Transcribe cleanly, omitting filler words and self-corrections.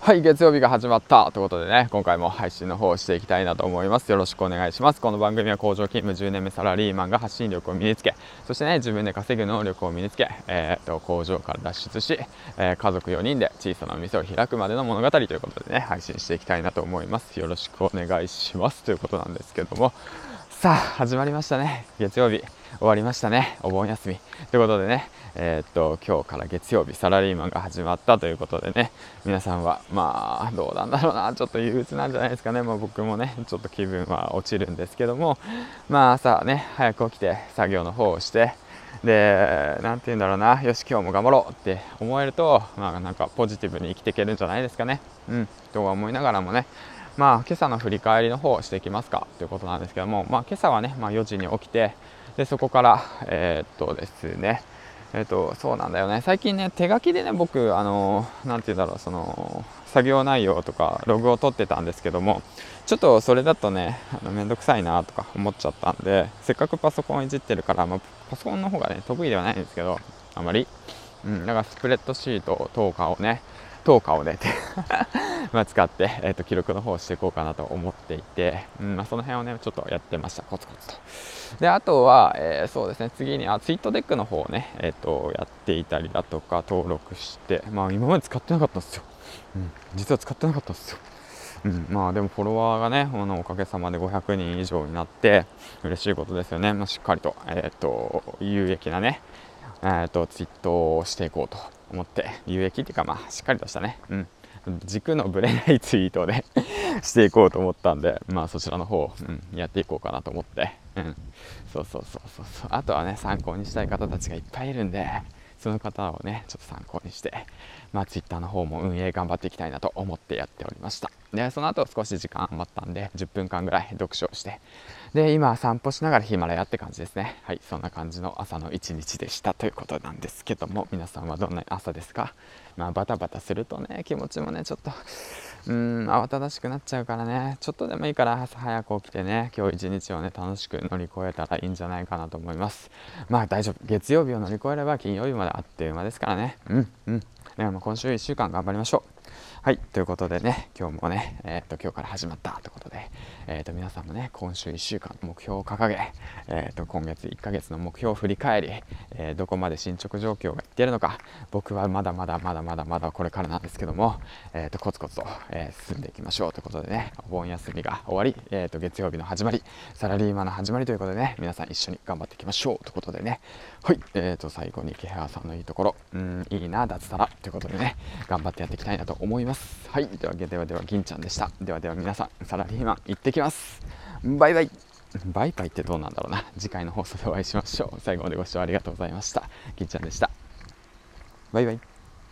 はい、月曜日が始まったということでね、今回も配信の方をしていきたいなと思います。よろしくお願いします。この番組は工場勤務10年目サラリーマンが発信力を身につけ、そしてね、自分で稼ぐ能力を身につけ、工場から脱出し、家族4人で小さなお店を開くまでの物語ということでね、配信していきたいなと思います。よろしくお願いしますということなんですけども、さあ始まりましたね。月曜日終わりましたね。お盆休みということでね、今日から月曜日サラリーマンが始まったということでね、皆さんはどうなんだろうな、ちょっと憂鬱なんじゃないですかね。もう僕もねちょっと気分は落ちるんですけども、朝ね早く起きて作業の方をして、でなんて言うんだろうな、よし今日も頑張ろうって思えると、なんかポジティブに生きていけるんじゃないですかね。とは思いながらもね、今朝の振り返りの方をしていきますかということなんですけども、今朝はね、4時に起きて、でそこからですね、そうなんだよね、最近ね手書きでね僕なんて言うんだろう、その作業内容とかログを取ってたんですけども、ちょっとそれだとねめんどくさいなとか思っちゃったんで、せっかくパソコンいじってるから、パソコンの方がね得意ではないんですけど、あまり、だからスプレッドシート等価をねって使って、記録の方をしていこうかなと思っていて、その辺をねちょっとやってました、コツコツと。であとは、そうですね、次にツイートデックの方をね、やっていたりだとか登録して、今まで使ってなかったんですよ。実は使ってなかったんですよ。でもフォロワーがねおかげさまで500人以上になって嬉しいことですよね。しっかりと、有益なねツイートをしていこうと思って、有益っていうかしっかりとしたね、軸のぶれないツイートをねしていこうと思ったんで、そちらの方を、やっていこうかなと思って、そうあとはね参考にしたい方たちがいっぱいいるんで、その方をねちょっと参考にして、ツイッターの方も運営頑張っていきたいなと思ってやっておりました。でその後少し時間余ったんで10分間ぐらい読書をして、で今散歩しながらヒマラヤって感じですね。はい、そんな感じの朝の一日でしたということなんですけども、皆さんはどんな朝ですか？バタバタするとね気持ちもねちょっと慌ただしくなっちゃうからね、ちょっとでもいいから朝早く起きてね、今日一日をね楽しく乗り越えたらいいんじゃないかなと思います。大丈夫、月曜日を乗り越えれば金曜日まであっという間ですからね。でも今週1週間頑張りましょう。はい、ということでね、今日もね、今日から始まったということで、皆さんもね、今週1週間の目標を掲げ、今月1ヶ月の目標を振り返り、どこまで進捗状況がいっているのか、僕はまだまだこれからなんですけども、コツコツと、進んでいきましょうということでね、お盆休みが終わり、月曜日の始まり、サラリーマンの始まりということでね、皆さん一緒に頑張っていきましょうということでね、はい、最後にケハさんのいいところ、いいな脱サラということでね、頑張ってやっていきたいなと思います。はい、では銀ちゃんでした。では皆さん、サラリーマン行ってきます。バイバイ。バイバイってどうなんだろうな。次回の放送でお会いしましょう。最後までご視聴ありがとうございました。銀ちゃんでした。バイバイ。